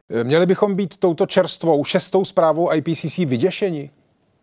Měli bychom být touto čerstvou 6. zprávou IPCC vyděšeni?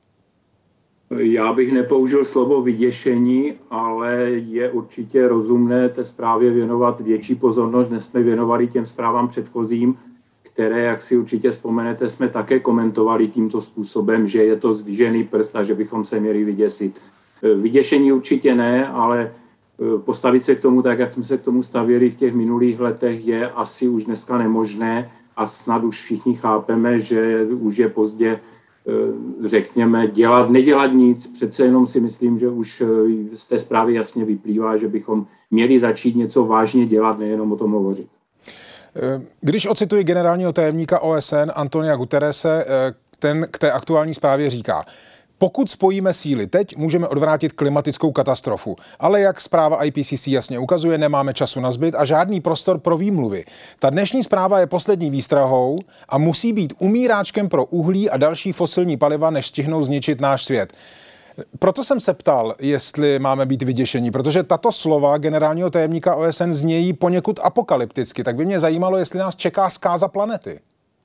Já bych nepoužil slovo vyděšení, ale je určitě rozumné té zprávě věnovat větší pozornost, než jsme věnovali těm zprávám předchozím, které, jak si určitě vzpomenete, jsme také komentovali tímto způsobem, že je to zdvižený prst a že bychom se měli vyděsit. Vyděšení určitě ne, ale postavit se k tomu tak, jak jsme se k tomu stavěli v těch minulých letech, je asi už dneska nemožné a snad už všichni chápeme, že už je pozdě, řekněme, nedělat nic. Přece jenom si myslím, že už z té zprávy jasně vyplývá, že bychom měli začít něco vážně dělat, nejenom o tom hovořit. Když ocituji generálního tajemníka OSN Antonia Guterrese, ten k té aktuální zprávě říká: pokud spojíme síly teď, můžeme odvrátit klimatickou katastrofu. Ale jak zpráva IPCC jasně ukazuje, nemáme času na zbyt a žádný prostor pro výmluvy. Ta dnešní zpráva je poslední výstrahou a musí být umíráčkem pro uhlí a další fosilní paliva, než stihnou zničit náš svět. Proto jsem se ptal, jestli máme být vyděšení, protože tato slova generálního tajemníka OSN znějí poněkud apokalypticky. Tak by mě zajímalo, jestli nás čeká zkáza planety.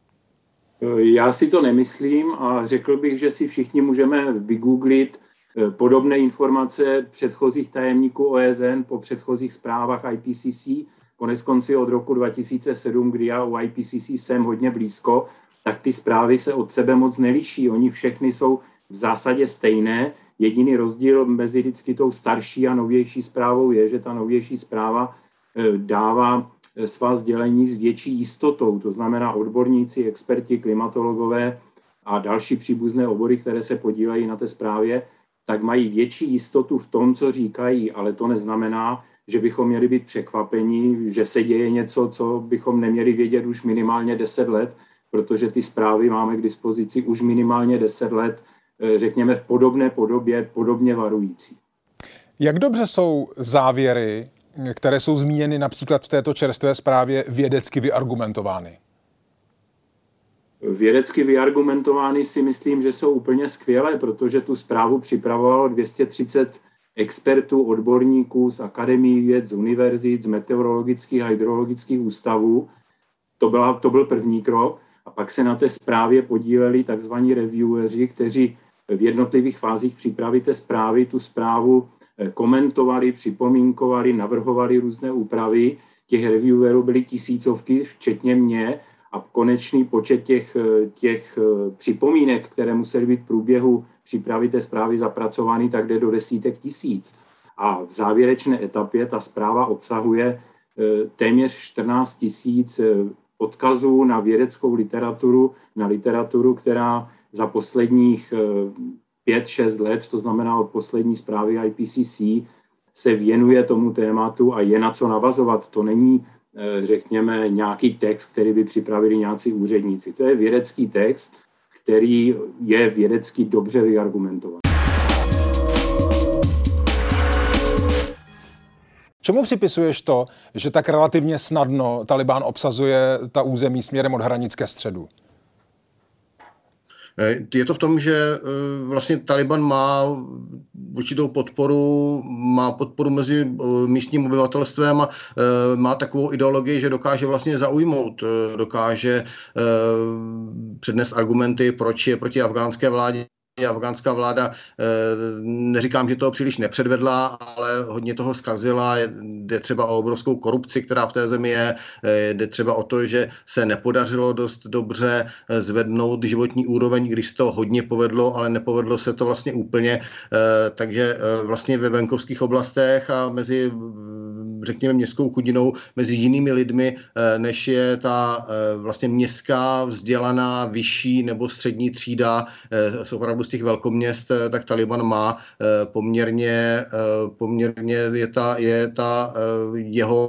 Já si to nemyslím a řekl bych, že si všichni můžeme vygooglit podobné informace předchozích tajemníků OSN po předchozích zprávách IPCC. Koneckonců od roku 2007, kdy já u IPCC jsem hodně blízko, tak ty zprávy se od sebe moc neliší. Oni všechny jsou v zásadě stejné. Jediný rozdíl mezi vždycky tou starší a novější zprávou je, že ta novější zpráva dává svá sdělení s větší jistotou. To znamená odborníci, experti, klimatologové a další příbuzné obory, které se podílejí na té zprávě, tak mají větší jistotu v tom, co říkají, ale to neznamená, že bychom měli být překvapeni, že se děje něco, co bychom neměli vědět už minimálně 10 let, protože ty zprávy máme k dispozici už minimálně 10 let, řekněme v podobné podobě, podobně varující. Jak dobře jsou závěry, které jsou zmíněny například v této čerstvé zprávě, vědecky vyargumentovány? Vědecky vyargumentovány si myslím, že jsou úplně skvělé, protože tu zprávu připravovalo 230 expertů, odborníků z akademií věd, z univerzit, z meteorologických a hydrologických ústavů. To byl první krok. A pak se na té zprávě podíleli takzvaní revieweři, kteří v jednotlivých fázích přípravy té zprávy tu zprávu komentovali, připomínkovali, navrhovali různé úpravy. Těch reviewerů byly tisícovky, včetně mě, a konečný počet těch připomínek, které musely být v průběhu přípravy té zprávy zapracovány, tak jde do desítek tisíc. A v závěrečné etapě ta zpráva obsahuje téměř 14 tisíc odkazů na vědeckou literaturu, na literaturu, která za posledních 5-6 let, to znamená od poslední zprávy IPCC, se věnuje tomu tématu a je na co navazovat. To není, řekněme, nějaký text, který by připravili nějací úředníci. To je vědecký text, který je vědecky dobře vyargumentovaný. Čemu připisuješ to, že tak relativně snadno Taliban obsazuje ta území směrem od hranic ke středu? Je to v tom, že vlastně Taliban má určitou podporu, mezi místním obyvatelstvem a má takovou ideologii, že dokáže vlastně zaujmout, dokáže přednést argumenty, proč je proti afgánské vládě. Afgánská vláda, neříkám, že toho příliš nepředvedla, ale hodně toho zkazila. Jde třeba o obrovskou korupci, která v té zemi je. Jde třeba o to, že se nepodařilo dost dobře zvednout životní úroveň, když se to hodně povedlo, ale nepovedlo se to vlastně úplně. Takže vlastně ve venkovských oblastech a mezi, řekněme, městskou chudinou, mezi jinými lidmi, než je ta vlastně městská, vzdělaná, vyšší nebo střední třída, jsou opravdu z těch velkoměst, tak Taliban má poměrně je ta jeho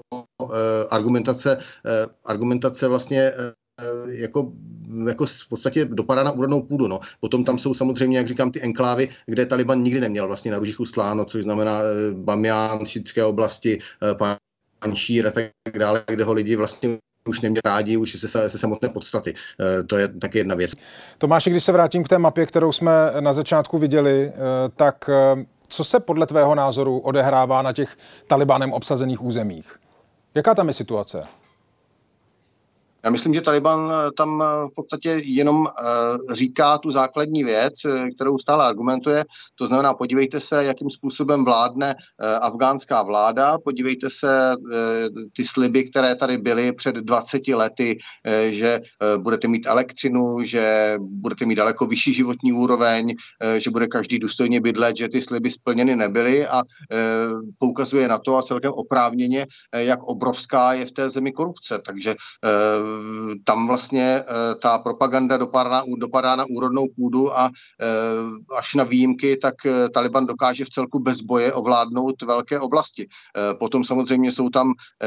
argumentace vlastně jako v podstatě dopadá na úrodnou půdu. No. Potom tam jsou samozřejmě, jak říkám, ty enklávy, kde Taliban nikdy neměl vlastně na růžích ustláno, což znamená Bamiyan, šítské oblasti, Panšír a tak dále, kde ho lidi vlastně už neměli rádi, už se samotné podstaty. To je taky jedna věc. Tomáši, když se vrátím k té mapě, kterou jsme na začátku viděli, tak co se podle tvého názoru odehrává na těch Talibanem obsazených územích? Jaká tam je situace? Já myslím, že Taliban tam v podstatě jenom říká tu základní věc, kterou stále argumentuje. To znamená, podívejte se, jakým způsobem vládne afgánská vláda, podívejte se ty sliby, které tady byly před 20 lety, že budete mít elektřinu, že budete mít daleko vyšší životní úroveň, že bude každý důstojně bydlet, že ty sliby splněny nebyly a poukazuje na to a celkem oprávněně, jak obrovská je v té zemi korupce. Takže tam vlastně ta propaganda dopadá na úrodnou půdu a až na výjimky, tak Taliban dokáže v celku bez boje ovládnout velké oblasti. Potom samozřejmě jsou tam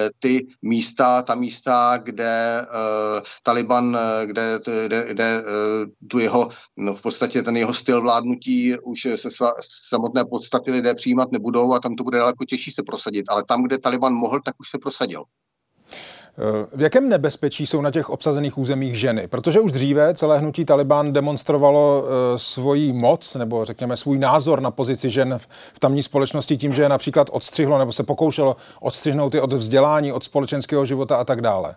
ta místa, kde Taliban, kde tu jeho, v podstatě ten jeho styl vládnutí už se samotné podstaty lidé přijímat nebudou a tam to bude daleko těžší se prosadit. Ale tam, kde Taliban mohl, tak už se prosadil. V jakém nebezpečí jsou na těch obsazených územích ženy? Protože už dříve celé hnutí Taliban demonstrovalo svoji moc, nebo řekněme svůj názor na pozici žen v tamní společnosti tím, že je například odstřihlo, nebo se pokoušelo odstřihnout je od vzdělání, od společenského života a tak dále.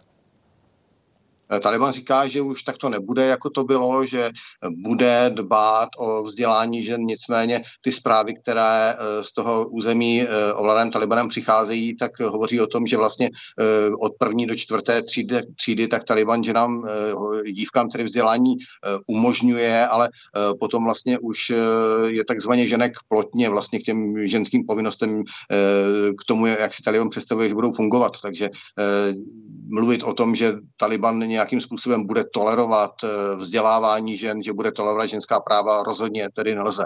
Taliban říká, že už tak to nebude, jako to bylo, že bude dbát o vzdělání žen, nicméně ty zprávy, které z toho území ovládaném Talibanem přicházejí, tak hovoří o tom, že vlastně od 1. do 4. třídy tak Taliban ženám, dívkám tedy vzdělání umožňuje, ale potom vlastně už je takzvaně ženek plotně vlastně k těm ženským povinnostem, k tomu, jak si Taliban představuje, že budou fungovat. Takže mluvit o tom, že Taliban nějakým způsobem bude tolerovat vzdělávání žen, že bude tolerovat ženská práva, rozhodně tedy nelze.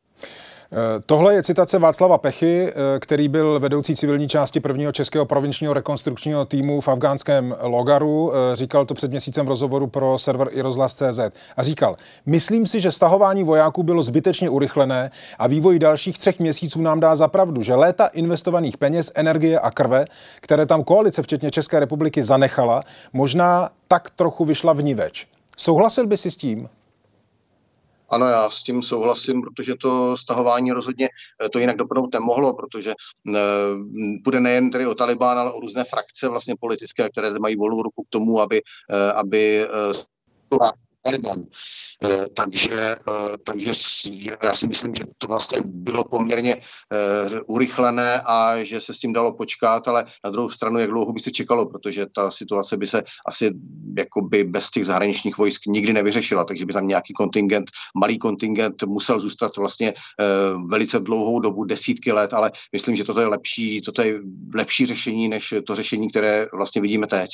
Tohle je citace Václava Pechy, který byl vedoucí civilní části 1. českého provinčního rekonstrukčního týmu v afgánském Logaru. Říkal to před měsícem v rozhovoru pro server iRozhlas.cz a říkal: myslím si, že stahování vojáků bylo zbytečně urychlené a vývoj dalších 3 měsíců nám dá za pravdu, že léta investovaných peněz, energie a krve, které tam koalice včetně České republiky zanechala, možná tak trochu vyšla vniveč. Souhlasil by si s tím? Ano, já s tím souhlasím, protože to stahování rozhodně to jinak dopadnout nemohlo, protože půjde nejen tedy o Taliban, ale o různé frakce vlastně politické, které mají volnou ruku k tomu, aby Taliban. Takže já si myslím, že to vlastně bylo poměrně urychlené a že se s tím dalo počkat, ale na druhou stranu, jak dlouho by se čekalo, protože ta situace by se asi jakoby bez těch zahraničních vojsk nikdy nevyřešila, takže by tam nějaký malý kontingent musel zůstat vlastně velice dlouhou dobu, desítky let, ale myslím, že toto je lepší řešení, než to řešení, které vlastně vidíme teď.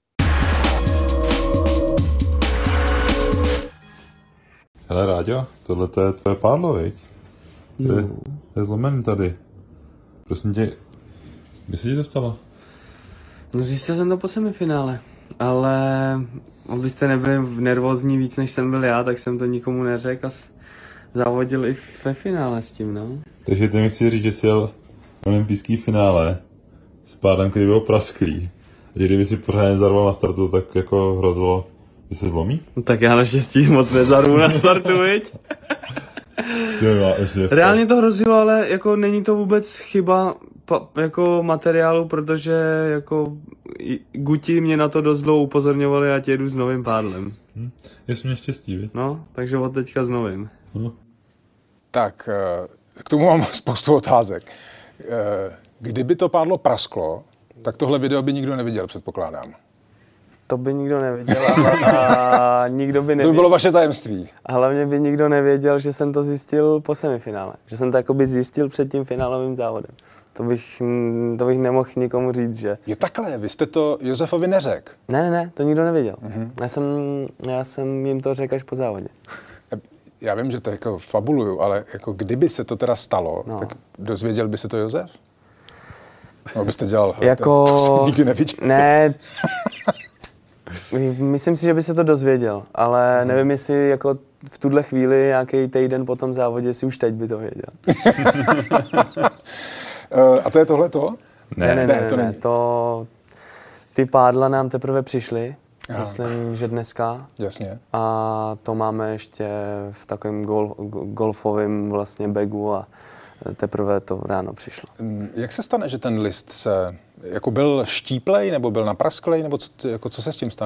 Hele, Ráďo, tohle to je tvoje pádlo, viď? To je zlomený tady. Prosím tě, kdy se ti to stalo? No zjistil jsem to po semifinále, ale abyste nebyli nervózní víc, než jsem byl já, tak jsem to nikomu neřekl a závodil i ve finále s tím, no. Takže ty mi chci říct, že jsi jel olympijský finále s pádem, který byl prasklý. A že kdyby si pořádně zarval na startu, tak jako hrozilo, že se zlomí? No tak já naštěstí moc nezarvu na startu, viď? Reálně to hrozilo, ale jako není to vůbec chyba jako materiálu, protože jako Guti mě na to dost dlouho upozorňovali, ať jedu s novým pádlem. Jsi mě štěstí, viď? No, takže od teďka s novým. Tak, k tomu mám spoustu otázek. Kdyby to pádlo prasklo, tak tohle video by nikdo neviděl, předpokládám. To by nikdo neviděl a nikdo by nevěděl. To by bylo vaše tajemství. A hlavně by nikdo nevěděl, že jsem to zjistil po semifinále. Že jsem to jakoby zjistil před tím finálovým závodem. To bych nemohl nikomu říct, že... Je takhle, vy jste to Josefovi neřekl. Ne, to nikdo nevěděl. Já jsem jim to řekl až po závodě. Já vím, že to jako fabuluju, ale jako kdyby se to teda stalo, tak dozvěděl by se to Josef? No, byste dělal, jako... to jsem nikdy neviděl. Ne, myslím si, že by se to dozvěděl, ale nevím, jestli jako v tuhle chvíli, nějaký týden po tom závodě, si už teď by to věděl. A to je tohleto? Ne, ty pádla nám teprve přišly, myslím, že dneska. Jasně. A to máme ještě v takovém golfovém vlastně bagu a teprve to ráno přišlo. Jak se stane, že ten list se jako byl štíplej, nebo byl naprasklej, nebo co se s tím stane?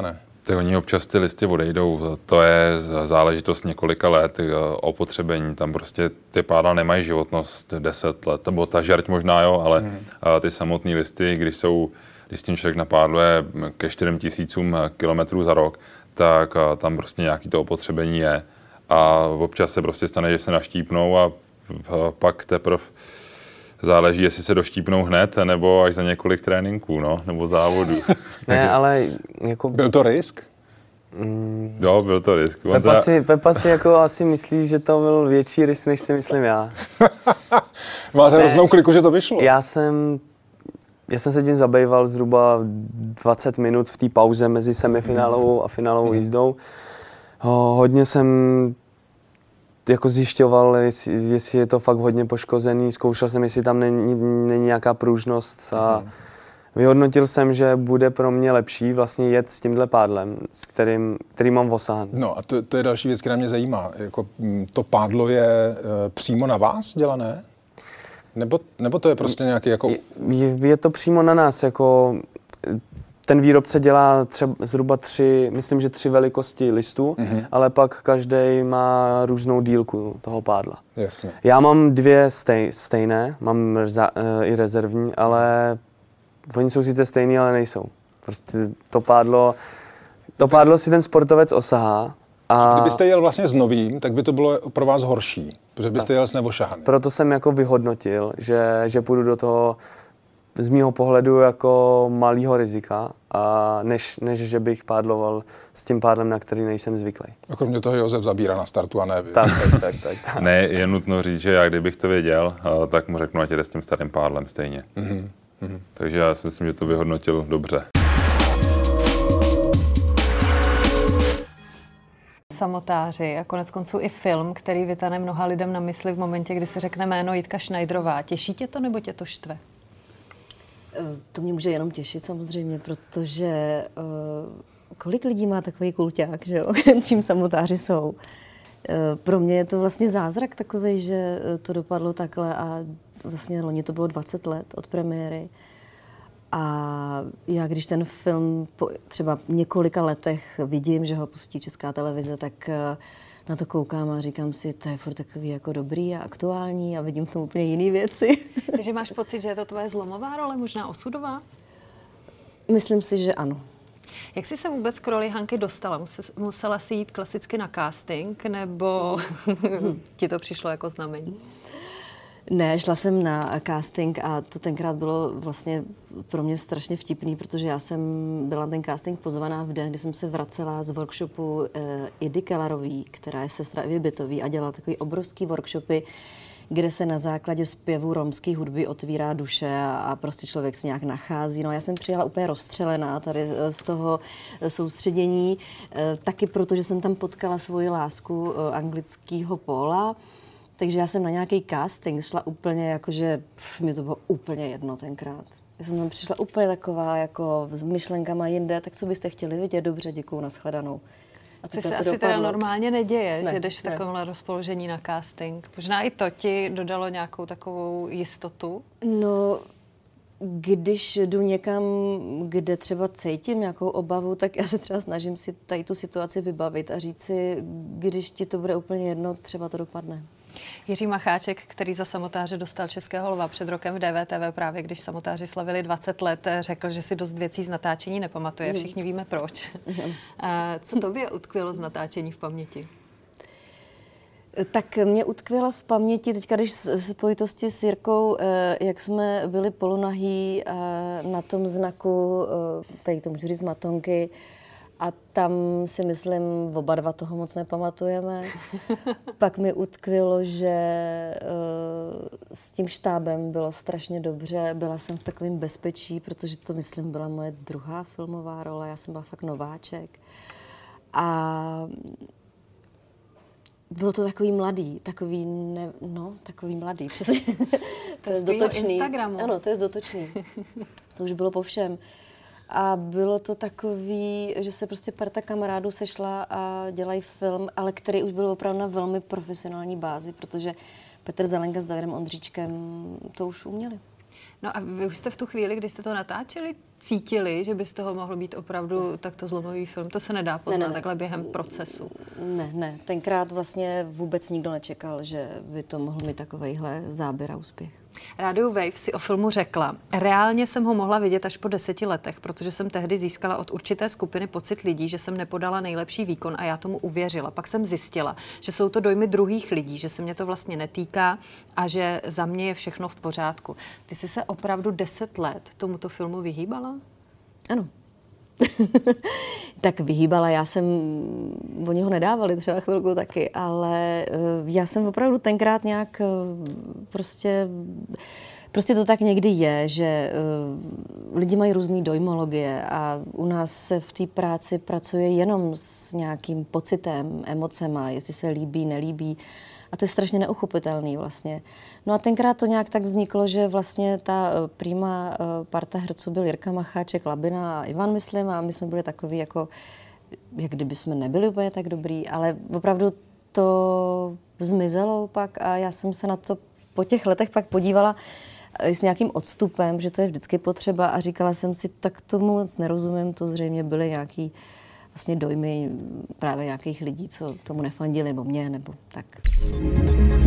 Tak oni občas ty listy odejdou, to je záležitost několika let, opotřebení, tam prostě ty pádla nemají životnost 10 let, nebo ta žerť možná jo, ale ty samotné listy, když s tím člověk napádluje ke 4 000 kilometrů za rok, tak tam prostě nějaký to opotřebení je a občas se prostě stane, že se naštípnou a pak teprve záleží, jestli se doštípnou hned, nebo až za několik tréninků, no, nebo závodů. Ne, ale jako... Byl to risk? Jo, byl to risk. Pepa si jako asi myslí, že to byl větší risk, než si myslím já. Máte hroznou kliku, že to vyšlo. Já jsem se tím zabýval zhruba 20 minut v té pauze mezi semifinálovou a finálovou jízdou. Hodně jsem jako zjišťoval, jestli je to fakt hodně poškozený, zkoušel jsem, jestli tam není nějaká pružnost a vyhodnotil jsem, že bude pro mě lepší vlastně jet s tímhle pádlem, který mám osahan. No a to je další věc, která mě zajímá. Jako, to pádlo je přímo na vás dělané? Nebo to je prostě nějaký jako... Je to přímo na nás, jako... Ten výrobce dělá zhruba 3 velikosti listů, ale pak každý má různou dílku toho pádla. Jasně. Já mám 2 stejné, mám i rezervní, ale oni jsou sice stejný, ale nejsou. Prostě to pádlo si ten sportovec osahá. A kdybyste jel vlastně s novým, tak by to bylo pro vás horší, protože byste jel s neošahaným. Proto jsem jako vyhodnotil, že půjdu do toho z mýho pohledu jako malýho rizika, a než že bych pádloval s tím pádlem, na který nejsem zvyklý. A kromě toho Josef zabírá na startu a ne vy. Tak. Ne, je nutno říct, že já kdybych to věděl, tak mu řeknu, ať jde s tím starým pádlem stejně. Takže já si myslím, že to vyhodnotil dobře. Samotáři a konec konců i film, který vytane mnoha lidem na mysli v momentě, kdy se řekne jméno Jitka Schneiderová. Těší tě to nebo tě to štve? To mě může jenom těšit samozřejmě, protože kolik lidí má takový kulťák, že jo? Čím samotáři jsou. Pro mě je to vlastně zázrak takový, že to dopadlo takhle a vlastně loni to bylo 20 let od premiéry. A já, když ten film po třeba několika letech vidím, že ho pustí Česká televize, tak na to koukám a říkám si, to je furt takový jako dobrý a aktuální a vidím v tom úplně jiné věci. Takže máš pocit, že je to tvoje zlomová role, možná osudová? Myslím si, že ano. Jak jsi se vůbec k roli Hanky dostala? Musela jsi jít klasicky na casting, nebo ti to přišlo jako znamení? Ne, šla jsem na casting a to tenkrát bylo vlastně pro mě strašně vtipný, protože já jsem byla na ten casting pozvaná v den, kdy jsem se vracela z workshopu Idy Kellerový, která je sestra Ivy Bytový a dělala takový obrovský workshopy, kde se na základě zpěvu romské hudby otvírá duše a prostě člověk se nějak nachází. No, já jsem přijela úplně rozstřelená tady z toho soustředění, taky protože jsem tam potkala svoji lásku anglického póla. Takže já jsem na nějaký casting šla úplně jakože, mě to bylo úplně jedno tenkrát. Já jsem tam přišla úplně taková jako s myšlenkama jinde, tak co byste chtěli vidět? Dobře, děkuju, nashledanou. A což se asi teda normálně neděje, že jdeš v takovémhle rozpoložení na casting. Možná i to ti dodalo nějakou takovou jistotu? No, když jdu někam, kde třeba cítím nějakou obavu, tak já se třeba snažím si tady tu situaci vybavit a říct si, když ti to bude úplně jedno, třeba to dopadne. Jiří Macháček, který za Samotáře dostal Českého lva před rokem v DVTV, právě když Samotáři slavili 20 let, řekl, že si dost věcí z natáčení nepamatuje. Všichni víme proč. Co tobě utkvělo z natáčení v paměti? Tak mě utkvěla v paměti teďka, když v spojitosti s Jirkou, jak jsme byli polonahý na tom znaku, tady to můžu říct Matonky, a tam si myslím, oba dva toho moc nepamatujeme. Pak mi utkvělo, že s tím štábem bylo strašně dobře. Byla jsem v takovém bezpečí, protože to, myslím, byla moje druhá filmová role. Já jsem byla fakt nováček. A bylo to takový mladý, takový mladý, přesně. To je zdotočný. Instagramu. Ano, to je zdotočný. To už bylo po všem. A bylo to takový, že se prostě parta kamarádů sešla a dělají film, ale který už byl opravdu na velmi profesionální bázi, protože Petr Zelenka s Davidem Ondříčkem to už uměli. No a vy už jste v tu chvíli, kdy jste to natáčeli, cítili, že by z toho mohl být opravdu takto zlomový film? To se nedá poznat takhle během procesu. Ne. Tenkrát vlastně vůbec nikdo nečekal, že by to mohl mít takovejhle záběr a úspěch. Radio Wave si o filmu řekla: reálně jsem ho mohla vidět až po 10 letech, protože jsem tehdy získala od určité skupiny pocit lidí, že jsem nepodala nejlepší výkon a já tomu uvěřila. Pak jsem zjistila, že jsou to dojmy druhých lidí, že se mě to vlastně netýká a že za mě je všechno v pořádku. Ty jsi se opravdu 10 let tomuto filmu vyhýbala? Ano. Tak vyhýbala, já jsem, oni ho nedávali třeba chvilku taky, ale já jsem opravdu tenkrát nějak prostě to tak někdy je, že lidi mají různý dojmologie a u nás se v té práci pracuje jenom s nějakým pocitem, emocema, jestli se líbí, nelíbí. A to je strašně neuchopitelný vlastně. No a tenkrát to nějak tak vzniklo, že vlastně ta prima parta herců byl Jirka Macháček, Labina a Ivan, myslím, a my jsme byli takový jako, jak kdyby jsme nebyli úplně tak dobrý, ale opravdu to zmizelo pak a já jsem se na to po těch letech pak podívala s nějakým odstupem, že to je vždycky potřeba a říkala jsem si, tak tomu moc nerozumím, to zřejmě byly nějaký vlastně dojmy právě nějakých lidí, co tomu nefandili, nebo mě, nebo tak.